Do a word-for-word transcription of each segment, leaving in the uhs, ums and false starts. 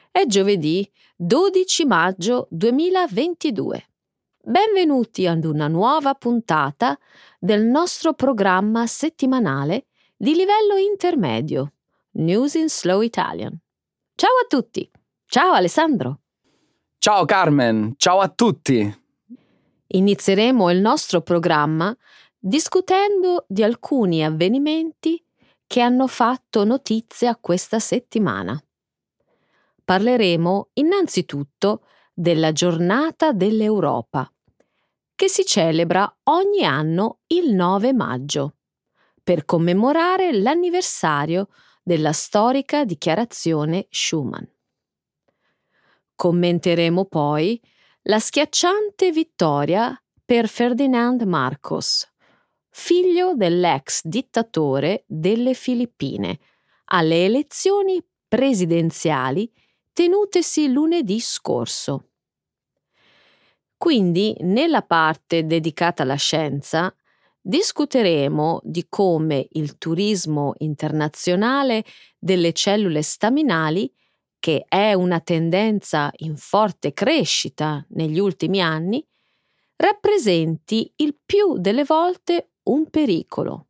È giovedì dodici maggio duemilaventidue. Benvenuti ad una nuova puntata del nostro programma settimanale di livello intermedio, News in Slow Italian. Ciao a tutti! Ciao Alessandro! Ciao Carmen, ciao a tutti! Inizieremo il nostro programma discutendo di alcuni avvenimenti che hanno fatto notizia questa settimana. Parleremo innanzitutto della Giornata dell'Europa, che si celebra ogni anno il nove maggio, per commemorare l'anniversario della storica dichiarazione Schuman. Commenteremo poi la schiacciante vittoria per Ferdinand Marcos, figlio dell'ex dittatore delle Filippine, alle elezioni presidenziali tenutesi lunedì scorso. Quindi, nella parte dedicata alla scienza, discuteremo di come il turismo internazionale delle cellule staminali, che è una tendenza in forte crescita negli ultimi anni, rappresenti il più delle volte un pericolo.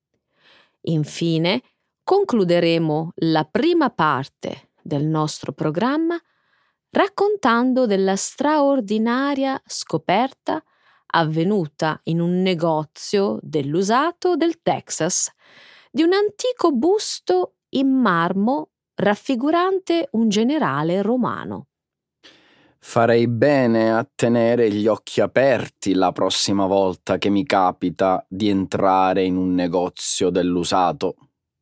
Infine, concluderemo la prima parte del nostro programma raccontando della straordinaria scoperta avvenuta in un negozio dell'usato del Texas di un antico busto in marmo raffigurante un generale romano. Farei bene a tenere gli occhi aperti la prossima volta che mi capita di entrare in un negozio dell'usato.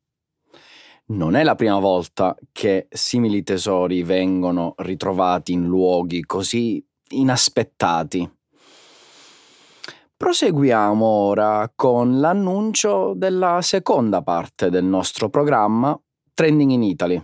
Non è la prima volta che simili tesori vengono ritrovati in luoghi così inaspettati. Proseguiamo ora con l'annuncio della seconda parte del nostro programma Trending in Italy.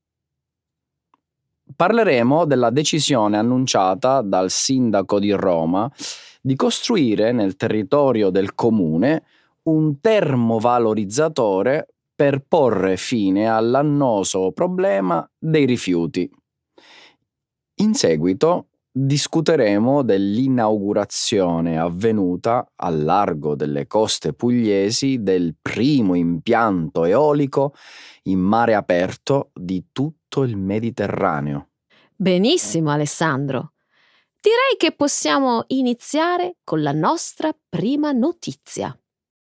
Parleremo della decisione annunciata dal sindaco di Roma di costruire nel territorio del comune un termovalorizzatore per porre fine all'annoso problema dei rifiuti. In seguito discuteremo dell'inaugurazione avvenuta al largo delle coste pugliesi del primo impianto eolico in mare aperto di tutto il Mediterraneo. Benissimo, Alessandro. Direi che possiamo iniziare con la nostra prima notizia.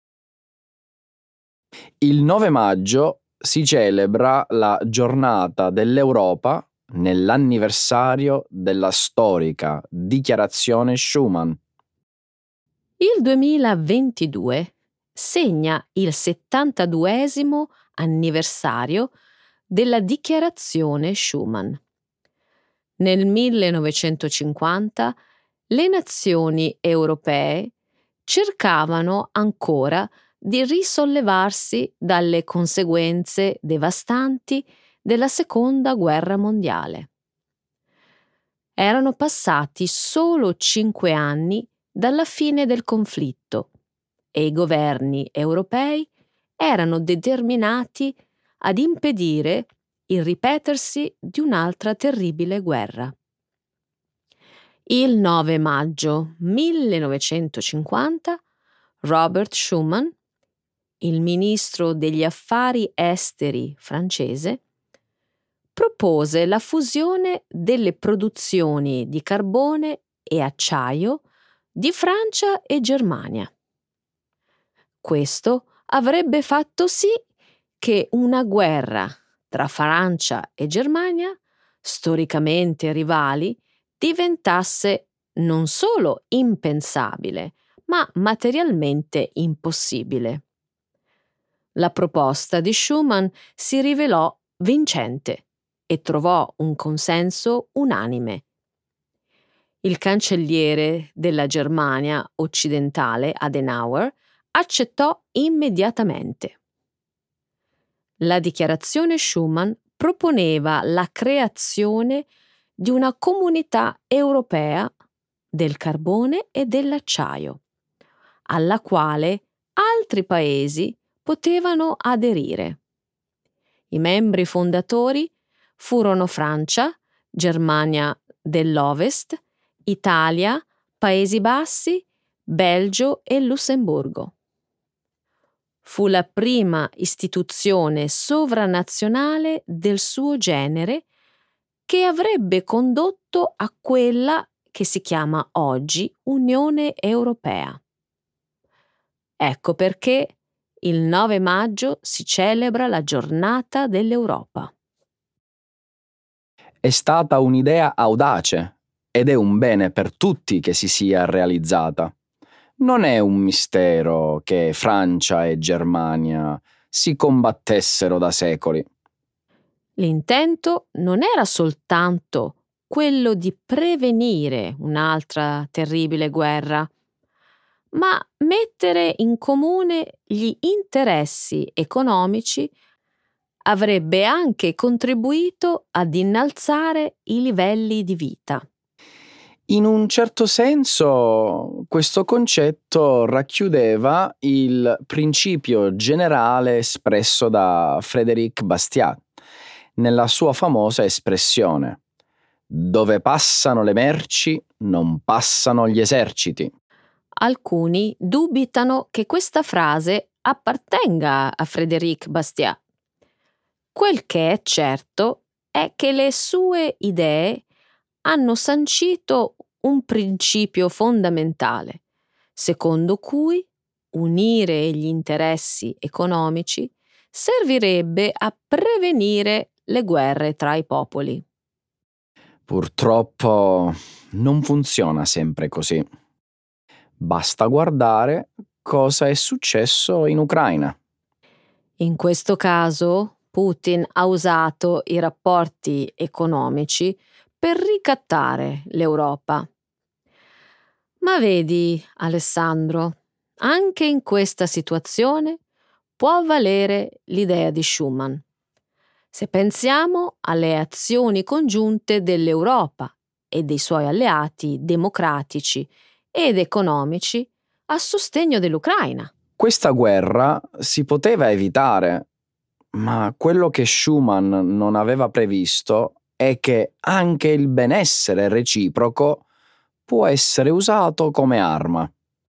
Il nove maggio si celebra la Giornata dell'Europa nell'anniversario della storica dichiarazione Schuman. Il duemilaventidue segna il settantaduesimo anniversario della dichiarazione Schuman. Nel millenovecentocinquanta le nazioni europee cercavano ancora di risollevarsi dalle conseguenze devastanti della Seconda Guerra Mondiale. Erano passati solo cinque anni dalla fine del conflitto e i governi europei erano determinati ad impedire il ripetersi di un'altra terribile guerra. Il nove maggio millenovecentocinquanta Robert Schuman, il ministro degli affari esteri francese, propose la fusione delle produzioni di carbone e acciaio di Francia e Germania. Questo avrebbe fatto sì che una guerra tra Francia e Germania, storicamente rivali, diventasse non solo impensabile, ma materialmente impossibile. La proposta di Schuman si rivelò vincente e trovò un consenso unanime. Il cancelliere della Germania occidentale, Adenauer, accettò immediatamente. La dichiarazione Schuman proponeva la creazione di una comunità europea del carbone e dell'acciaio, alla quale altri paesi potevano aderire. I membri fondatori furono Francia, Germania dell'Ovest, Italia, Paesi Bassi, Belgio e Lussemburgo. Fu la prima istituzione sovranazionale del suo genere che avrebbe condotto a quella che si chiama oggi Unione Europea. Ecco perché il nove maggio si celebra la giornata dell'Europa. È stata un'idea audace ed è un bene per tutti che si sia realizzata. Non è un mistero che Francia e Germania si combattessero da secoli. L'intento non era soltanto quello di prevenire un'altra terribile guerra, ma mettere in comune gli interessi economici avrebbe anche contribuito ad innalzare i livelli di vita. In un certo senso, questo concetto racchiudeva il principio generale espresso da Frédéric Bastiat nella sua famosa espressione: dove passano le merci non passano gli eserciti. Alcuni dubitano che questa frase appartenga a Frédéric Bastiat. Quel che è certo è che le sue idee hanno sancito un principio fondamentale, secondo cui unire gli interessi economici servirebbe a prevenire le guerre tra i popoli. Purtroppo non funziona sempre così. Basta guardare cosa è successo in Ucraina. In questo caso, Putin ha usato i rapporti economici per ricattare l'Europa. Ma vedi, Alessandro, anche in questa situazione può valere l'idea di Schuman. Se pensiamo alle azioni congiunte dell'Europa e dei suoi alleati democratici ed economici a sostegno dell'Ucraina. Questa guerra si poteva evitare, ma quello che Schuman non aveva previsto è che anche il benessere reciproco può essere usato come arma.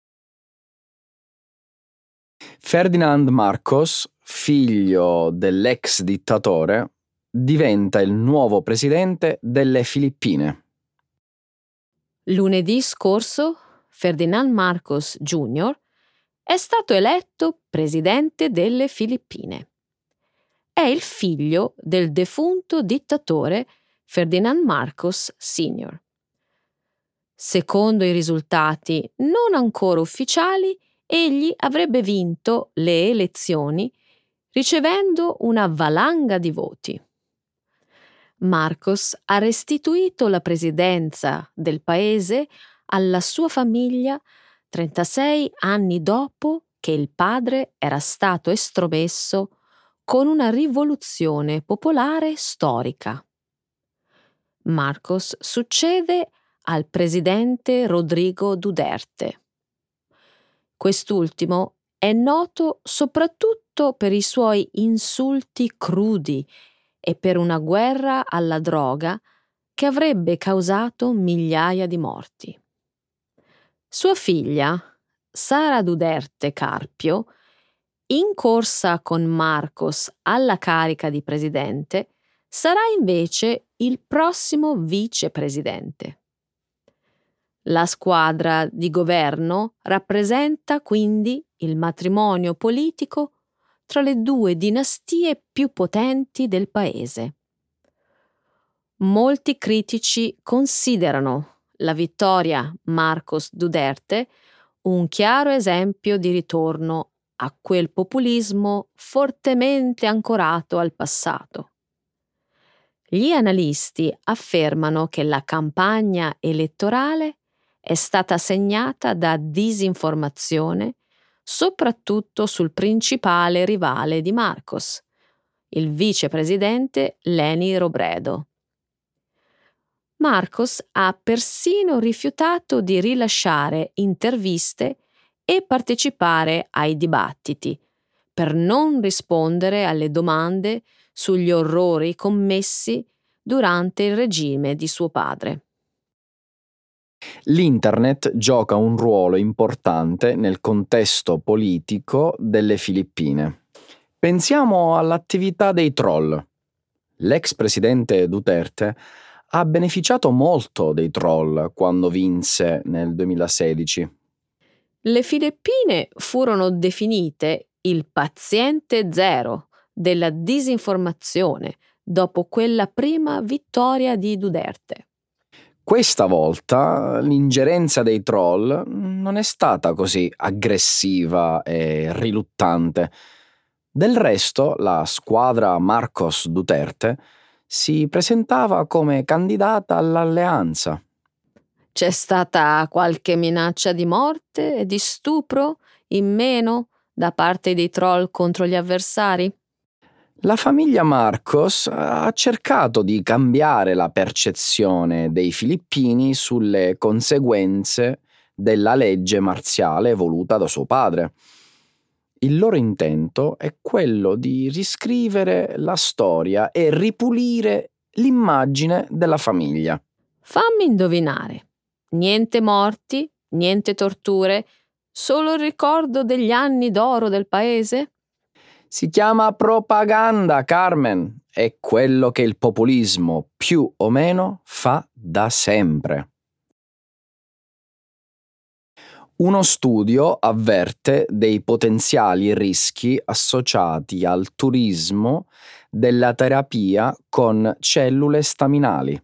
Ferdinand Marcos, figlio dell'ex dittatore, diventa il nuovo presidente delle Filippine. Lunedì scorso, Ferdinand Marcos Junior è stato eletto presidente delle Filippine. È il figlio del defunto dittatore Ferdinand Marcos Senior Secondo i risultati non ancora ufficiali, egli avrebbe vinto le elezioni ricevendo una valanga di voti. Marcos ha restituito la presidenza del paese alla sua famiglia trentasei anni dopo che il padre era stato estromesso con una rivoluzione popolare storica. Marcos succede al presidente Rodrigo Duterte. Quest'ultimo è noto soprattutto per i suoi insulti crudi e per una guerra alla droga che avrebbe causato migliaia di morti. Sua figlia, Sara Duterte Carpio, in corsa con Marcos alla carica di presidente, sarà invece il prossimo vicepresidente. La squadra di governo rappresenta quindi il matrimonio politico tra le due dinastie più potenti del paese. Molti critici considerano la vittoria Marcos Duterte un chiaro esempio di ritorno a quel populismo fortemente ancorato al passato. Gli analisti affermano che la campagna elettorale è stata segnata da disinformazione, soprattutto sul principale rivale di Marcos, il vicepresidente Leni Robredo. Marcos ha persino rifiutato di rilasciare interviste e partecipare ai dibattiti, per non rispondere alle domande sugli orrori commessi durante il regime di suo padre. L'internet gioca un ruolo importante nel contesto politico delle Filippine. Pensiamo all'attività dei troll. L'ex presidente Duterte ha beneficiato molto dei troll quando vinse nel duemilasedici. Le Filippine furono definite il paziente zero della disinformazione dopo quella prima vittoria di Duterte. Questa volta l'ingerenza dei troll non è stata così aggressiva e riluttante. Del resto, la squadra Marcos Duterte si presentava come candidata all'alleanza. C'è stata qualche minaccia di morte e di stupro in meno da parte dei troll contro gli avversari? La famiglia Marcos ha cercato di cambiare la percezione dei filippini sulle conseguenze della legge marziale voluta da suo padre. Il loro intento è quello di riscrivere la storia e ripulire l'immagine della famiglia. Fammi indovinare. Niente morti, niente torture, solo il ricordo degli anni d'oro del paese? Si chiama propaganda, Carmen. È quello che il populismo, più o meno, fa da sempre. Uno studio avverte dei potenziali rischi associati al turismo della terapia con cellule staminali.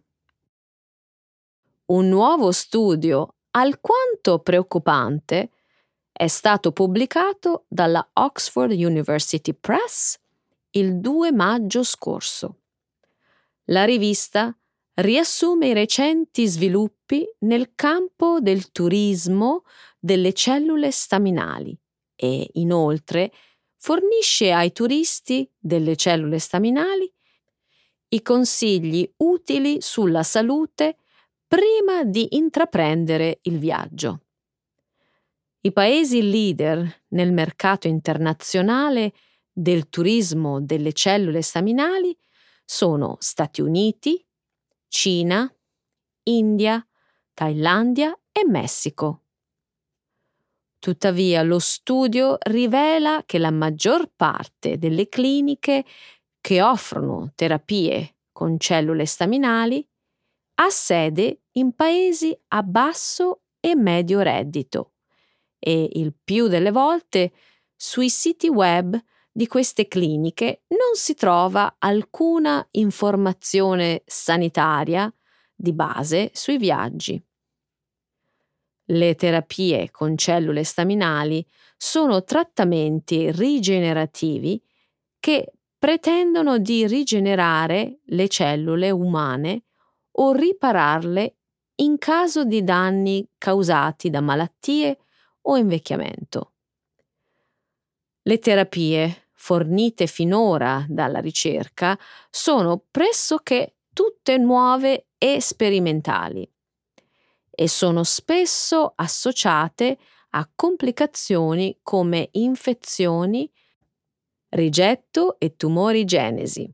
Un nuovo studio alquanto preoccupante è stato pubblicato dalla Oxford University Press il due maggio scorso. La rivista riassume i recenti sviluppi nel campo del turismo delle cellule staminali e, inoltre, fornisce ai turisti delle cellule staminali i consigli utili sulla salute prima di intraprendere il viaggio. I paesi leader nel mercato internazionale del turismo delle cellule staminali sono Stati Uniti, Cina, India, Thailandia e Messico. Tuttavia, lo studio rivela che la maggior parte delle cliniche che offrono terapie con cellule staminali ha sede in paesi a basso e medio reddito e il più delle volte sui siti web di queste cliniche non si trova alcuna informazione sanitaria di base sui viaggi. Le terapie con cellule staminali sono trattamenti rigenerativi che pretendono di rigenerare le cellule umane o ripararle in caso di danni causati da malattie o invecchiamento. Le terapie fornite finora dalla ricerca sono pressoché tutte nuove e sperimentali e sono spesso associate a complicazioni come infezioni, rigetto e tumori genesi.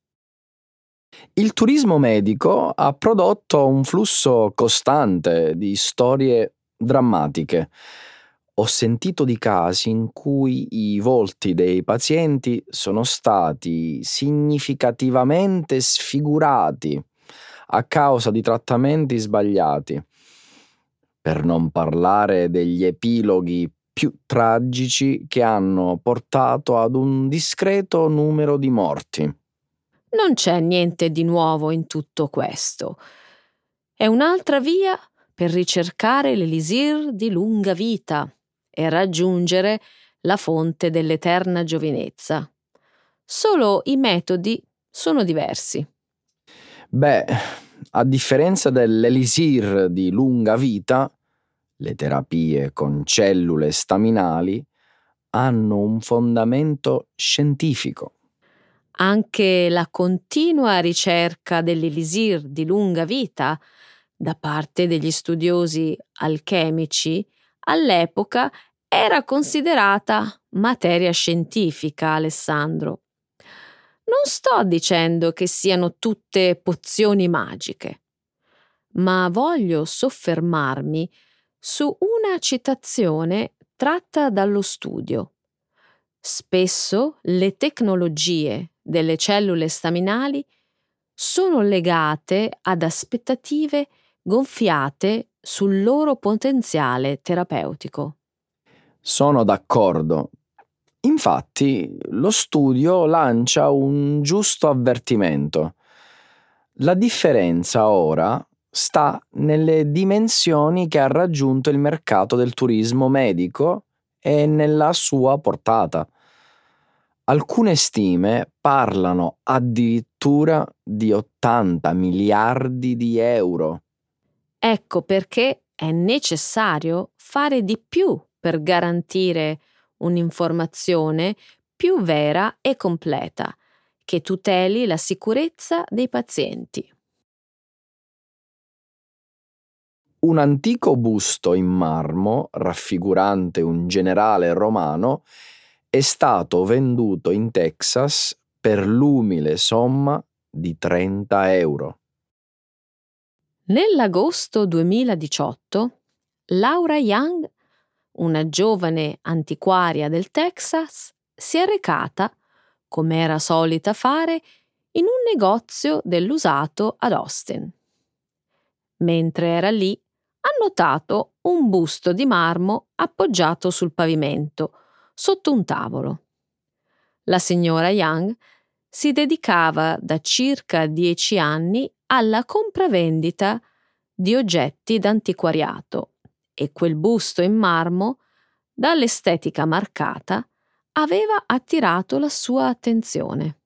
Il turismo medico ha prodotto un flusso costante di storie drammatiche. Ho sentito di casi in cui i volti dei pazienti sono stati significativamente sfigurati a causa di trattamenti sbagliati, per non parlare degli epiloghi più tragici che hanno portato ad un discreto numero di morti. Non c'è niente di nuovo in tutto questo. È un'altra via per ricercare l'elisir di lunga vita e raggiungere la fonte dell'eterna giovinezza. Solo i metodi sono diversi. Beh, a differenza dell'elisir di lunga vita, le terapie con cellule staminali hanno un fondamento scientifico. Anche la continua ricerca dell'elisir di lunga vita da parte degli studiosi alchemici all'epoca era considerata materia scientifica, Alessandro. Non sto dicendo che siano tutte pozioni magiche, ma voglio soffermarmi su una citazione tratta dallo studio. Spesso le tecnologie delle cellule staminali sono legate ad aspettative gonfiate sul loro potenziale terapeutico. Sono d'accordo. Infatti, lo studio lancia un giusto avvertimento. La differenza ora sta nelle dimensioni che ha raggiunto il mercato del turismo medico e nella sua portata. Alcune stime parlano addirittura di ottanta miliardi di euro. Ecco perché è necessario fare di più per garantire un'informazione più vera e completa, che tuteli la sicurezza dei pazienti. Un antico busto in marmo, raffigurante un generale romano, è stato venduto in Texas per l'umile somma di trenta euro. Nell'agosto duemiladiciotto, Laura Young, una giovane antiquaria del Texas, si è recata, come era solita fare, in un negozio dell'usato ad Austin. Mentre era lì, ha notato un busto di marmo appoggiato sul pavimento, sotto un tavolo. La signora Young si dedicava da circa dieci anni alla compravendita di oggetti d'antiquariato e quel busto in marmo, dall'estetica marcata, aveva attirato la sua attenzione.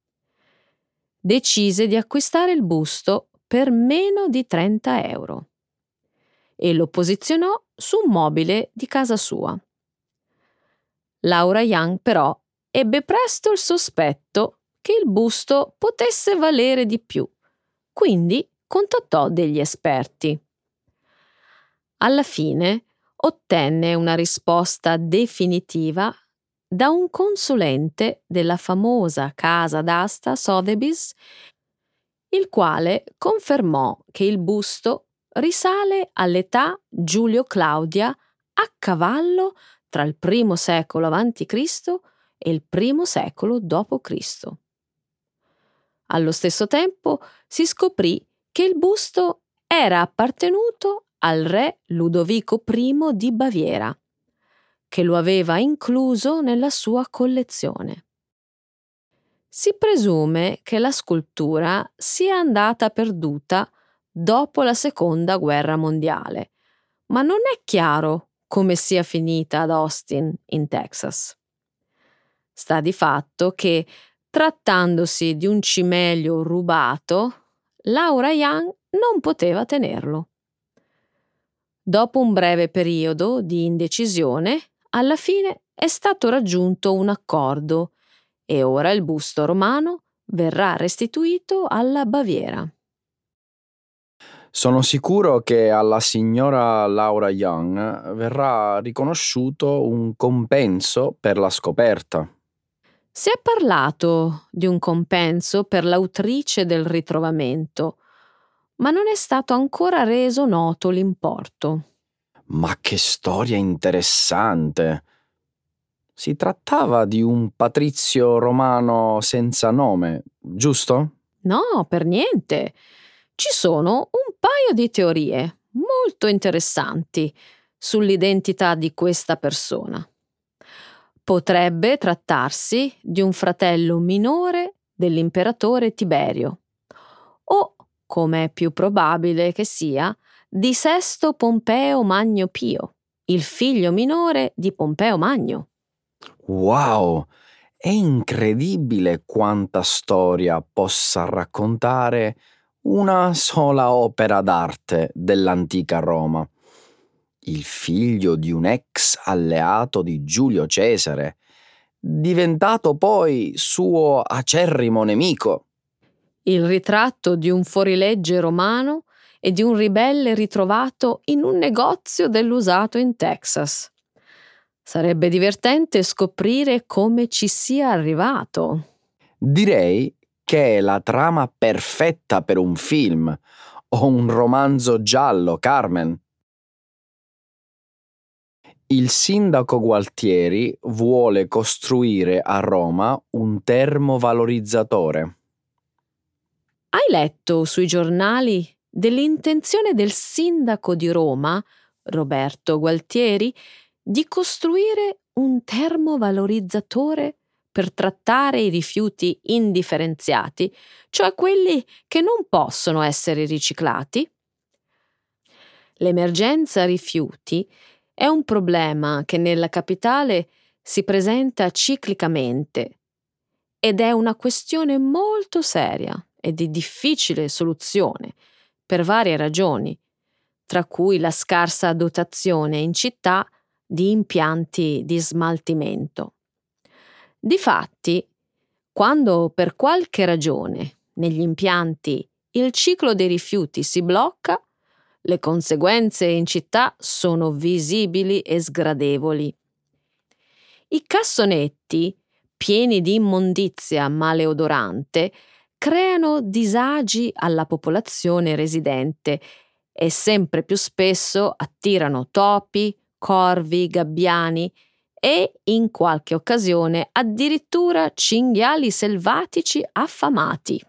Decise di acquistare il busto per meno di trenta euro e lo posizionò su un mobile di casa sua. Laura Young però ebbe presto il sospetto che il busto potesse valere di più, quindi contattò degli esperti. Alla fine ottenne una risposta definitiva da un consulente della famosa casa d'asta Sotheby's, il quale confermò che il busto risale all'età Giulio-Claudia, a cavallo tra il primo secolo avanti Cristo e il primo secolo dopo Cristo. Allo stesso tempo si scoprì che il busto era appartenuto al re Ludovico primo di Baviera, che lo aveva incluso nella sua collezione. Si presume che la scultura sia andata perduta dopo la Seconda Guerra Mondiale, ma non è chiaro come sia finita ad Austin, in Texas. Sta di fatto che, trattandosi di un cimelio rubato, Laura Young non poteva tenerlo. Dopo un breve periodo di indecisione, alla fine è stato raggiunto un accordo e ora il busto romano verrà restituito alla Baviera. Sono sicuro che alla signora Laura Young verrà riconosciuto un compenso per la scoperta. Si è parlato di un compenso per l'autrice del ritrovamento, ma non è stato ancora reso noto l'importo. Ma che storia interessante! Si trattava di un patrizio romano senza nome, giusto? No, per niente. Ci sono un paio di teorie molto interessanti sull'identità di questa persona. Potrebbe trattarsi di un fratello minore dell'imperatore Tiberio o, come è più probabile che sia, di Sesto Pompeo Magno Pio, il figlio minore di Pompeo Magno. Wow! È incredibile quanta storia possa raccontare una sola opera d'arte dell'antica Roma. Il figlio di un ex alleato di Giulio Cesare, diventato poi suo acerrimo nemico. Il ritratto di un fuorilegge romano e di un ribelle ritrovato in un negozio dell'usato in Texas. Sarebbe divertente scoprire come ci sia arrivato. Direi che è la trama perfetta per un film o un romanzo giallo, Carmen. Il sindaco Gualtieri vuole costruire a Roma un termovalorizzatore. Hai letto sui giornali dell'intenzione del sindaco di Roma, Roberto Gualtieri, di costruire un termovalorizzatore per trattare i rifiuti indifferenziati, cioè quelli che non possono essere riciclati? L'emergenza rifiuti è un problema che nella capitale si presenta ciclicamente ed è una questione molto seria e di difficile soluzione per varie ragioni, tra cui la scarsa dotazione in città di impianti di smaltimento. Difatti, quando per qualche ragione negli impianti il ciclo dei rifiuti si blocca, le conseguenze in città sono visibili e sgradevoli. I cassonetti, pieni di immondizia maleodorante, creano disagi alla popolazione residente e sempre più spesso attirano topi, corvi, gabbiani e, in qualche occasione, addirittura cinghiali selvatici affamati.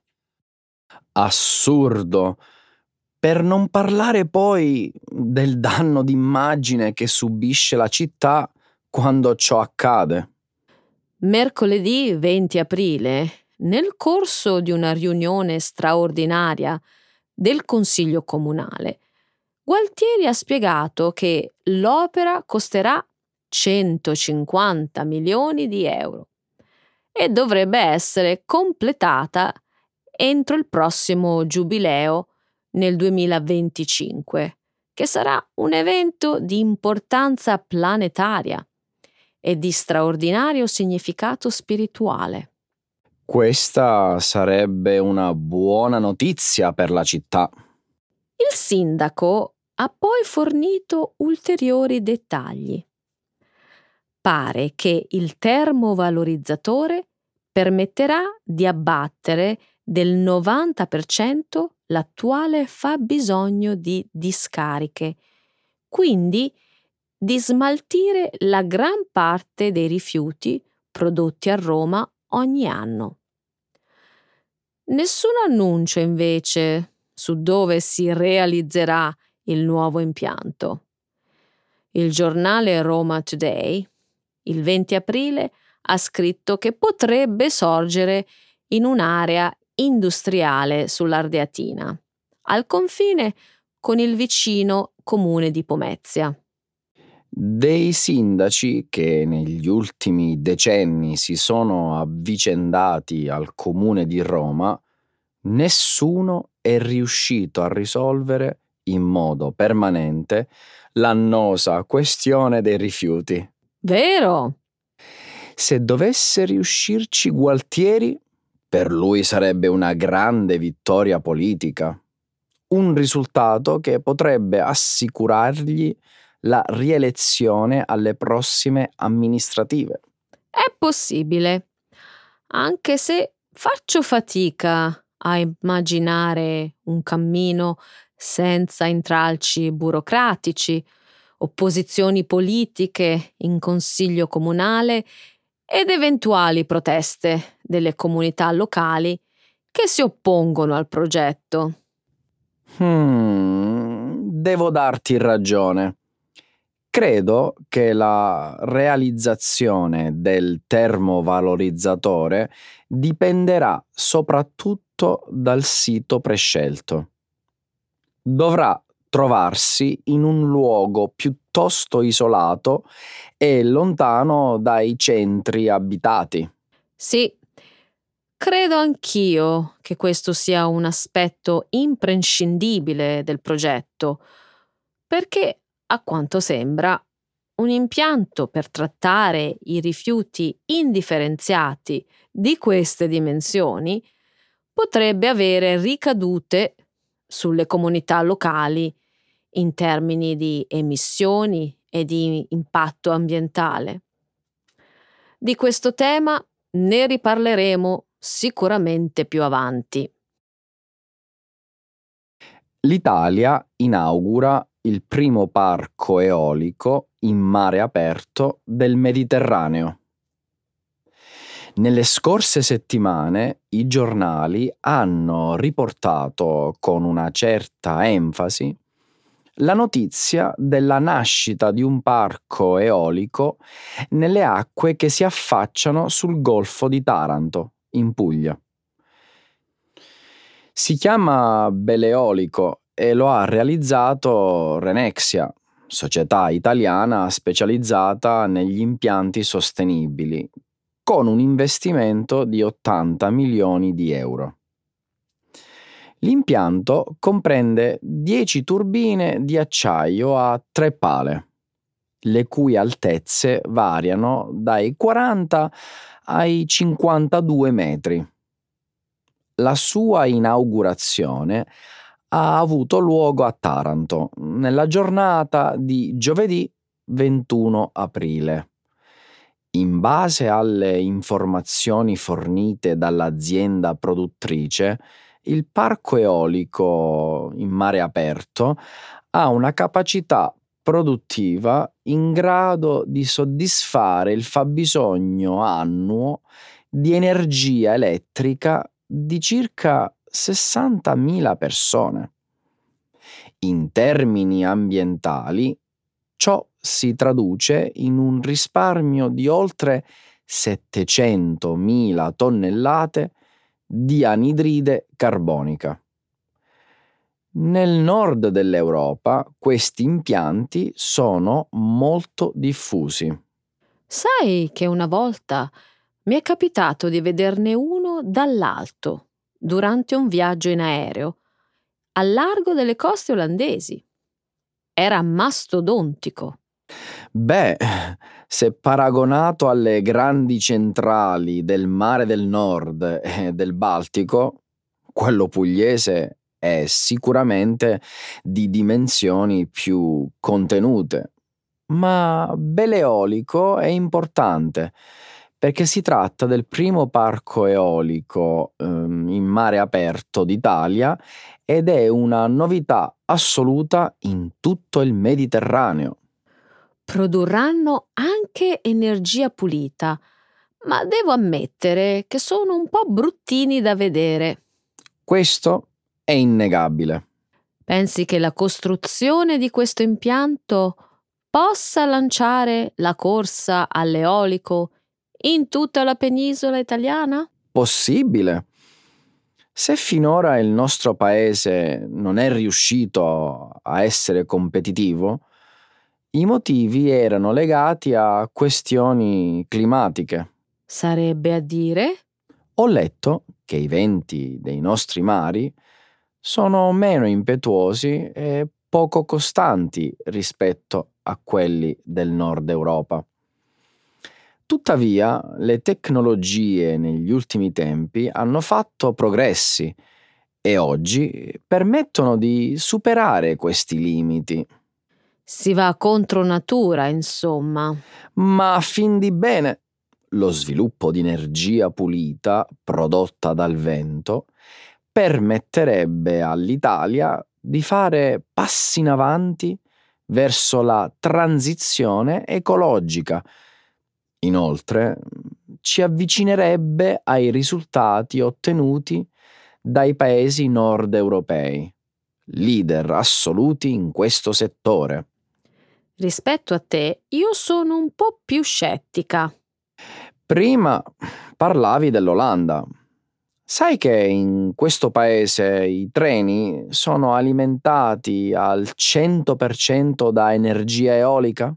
Assurdo! Per non parlare poi del danno d'immagine che subisce la città quando ciò accade. Mercoledì venti aprile, nel corso di una riunione straordinaria del Consiglio Comunale, Gualtieri ha spiegato che l'opera costerà centocinquanta milioni di euro e dovrebbe essere completata entro il prossimo giubileo nel duemilaventicinque, che sarà un evento di importanza planetaria e di straordinario significato spirituale. Questa sarebbe una buona notizia per la città. Il sindaco ha poi fornito ulteriori dettagli. Pare che il termovalorizzatore permetterà di abbattere del novanta per cento l'attuale fabbisogno di discariche, quindi di smaltire la gran parte dei rifiuti prodotti a Roma ogni anno. Nessun annuncio invece su dove si realizzerà il nuovo impianto. Il giornale Roma Today, il venti aprile, ha scritto che potrebbe sorgere in un'area industriale sull'Ardeatina, al confine con il vicino comune di Pomezia. Dei sindaci che negli ultimi decenni si sono avvicendati al comune di Roma, nessuno è riuscito a risolvere in modo permanente l'annosa questione dei rifiuti. Vero? Se dovesse riuscirci Gualtieri, per lui sarebbe una grande vittoria politica, un risultato che potrebbe assicurargli la rielezione alle prossime amministrative. È possibile, anche se faccio fatica a immaginare un cammino senza intralci burocratici, opposizioni politiche in consiglio comunale ed eventuali proteste delle comunità locali che si oppongono al progetto. Hmm, devo darti ragione. Credo che la realizzazione del termovalorizzatore dipenderà soprattutto dal sito prescelto. Dovrà trovarsi in un luogo piuttosto isolato e lontano dai centri abitati. Sì, credo anch'io che questo sia un aspetto imprescindibile del progetto, perché, a quanto sembra, un impianto per trattare i rifiuti indifferenziati di queste dimensioni potrebbe avere ricadute sulle comunità locali in termini di emissioni e di impatto ambientale. Di questo tema ne riparleremo sicuramente più avanti. L'Italia inaugura il primo parco eolico in mare aperto del Mediterraneo. Nelle scorse settimane i giornali hanno riportato con una certa enfasi la notizia della nascita di un parco eolico nelle acque che si affacciano sul Golfo di Taranto, in Puglia. Si chiama Beleolico e lo ha realizzato Renexia, società italiana specializzata negli impianti sostenibili, con un investimento di ottanta milioni di euro. L'impianto comprende dieci turbine di acciaio a tre pale, le cui altezze variano dai quaranta ai cinquantadue metri. La sua inaugurazione ha avuto luogo a Taranto nella giornata di giovedì ventuno aprile. In base alle informazioni fornite dall'azienda produttrice, il parco eolico in mare aperto ha una capacità produttiva in grado di soddisfare il fabbisogno annuo di energia elettrica di circa sessantamila persone. In termini ambientali, ciò si traduce in un risparmio di oltre settecentomila tonnellate di anidride carbonica. Nel nord dell'Europa questi impianti sono molto diffusi. Sai che una volta mi è capitato di vederne uno dall'alto durante un viaggio in aereo al largo delle coste olandesi. Era mastodontico. Beh, se paragonato alle grandi centrali del Mare del Nord e del Baltico, quello pugliese è sicuramente di dimensioni più contenute. Ma Beleolico è importante perché si tratta del primo parco eolico ehm, in mare aperto d'Italia ed è una novità assoluta in tutto il Mediterraneo. Produrranno anche energia pulita, ma devo ammettere che sono un po' bruttini da vedere. Questo è innegabile. Pensi che la costruzione di questo impianto possa lanciare la corsa all'eolico in tutta la penisola italiana? Possibile. Se finora il nostro paese non è riuscito a essere competitivo, i motivi erano legati a questioni climatiche. Sarebbe a dire? Ho letto che i venti dei nostri mari sono meno impetuosi e poco costanti rispetto a quelli del nord Europa. Tuttavia, le tecnologie negli ultimi tempi hanno fatto progressi e oggi permettono di superare questi limiti. Si va contro natura, insomma. Ma a fin di bene, lo sviluppo di energia pulita prodotta dal vento permetterebbe all'Italia di fare passi in avanti verso la transizione ecologica. Inoltre, ci avvicinerebbe ai risultati ottenuti dai paesi nord europei, leader assoluti in questo settore. Rispetto a te, io sono un po' più scettica. Prima parlavi dell'Olanda. Sai che in questo paese i treni sono alimentati al cento per cento da energia eolica?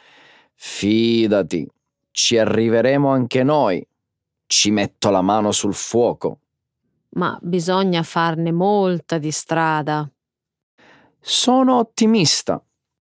Fidati, ci arriveremo anche noi. Ci metto la mano sul fuoco. Ma bisogna farne molta di strada. Sono ottimista.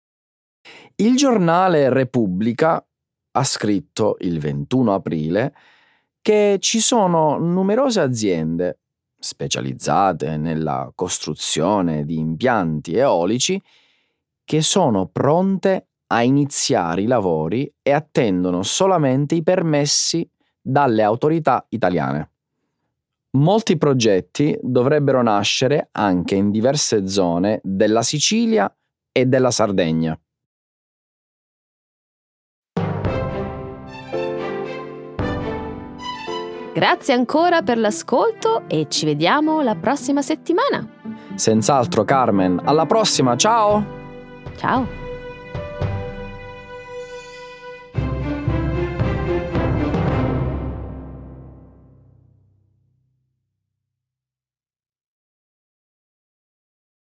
Il giornale Repubblica ha scritto il ventuno aprile che ci sono numerose aziende specializzate nella costruzione di impianti eolici che sono pronte a iniziare i lavori e attendono solamente i permessi dalle autorità italiane. Molti progetti dovrebbero nascere anche in diverse zone della Sicilia e della Sardegna. Grazie ancora per l'ascolto e ci vediamo la prossima settimana. Senz'altro, Carmen. Alla prossima, ciao! Ciao!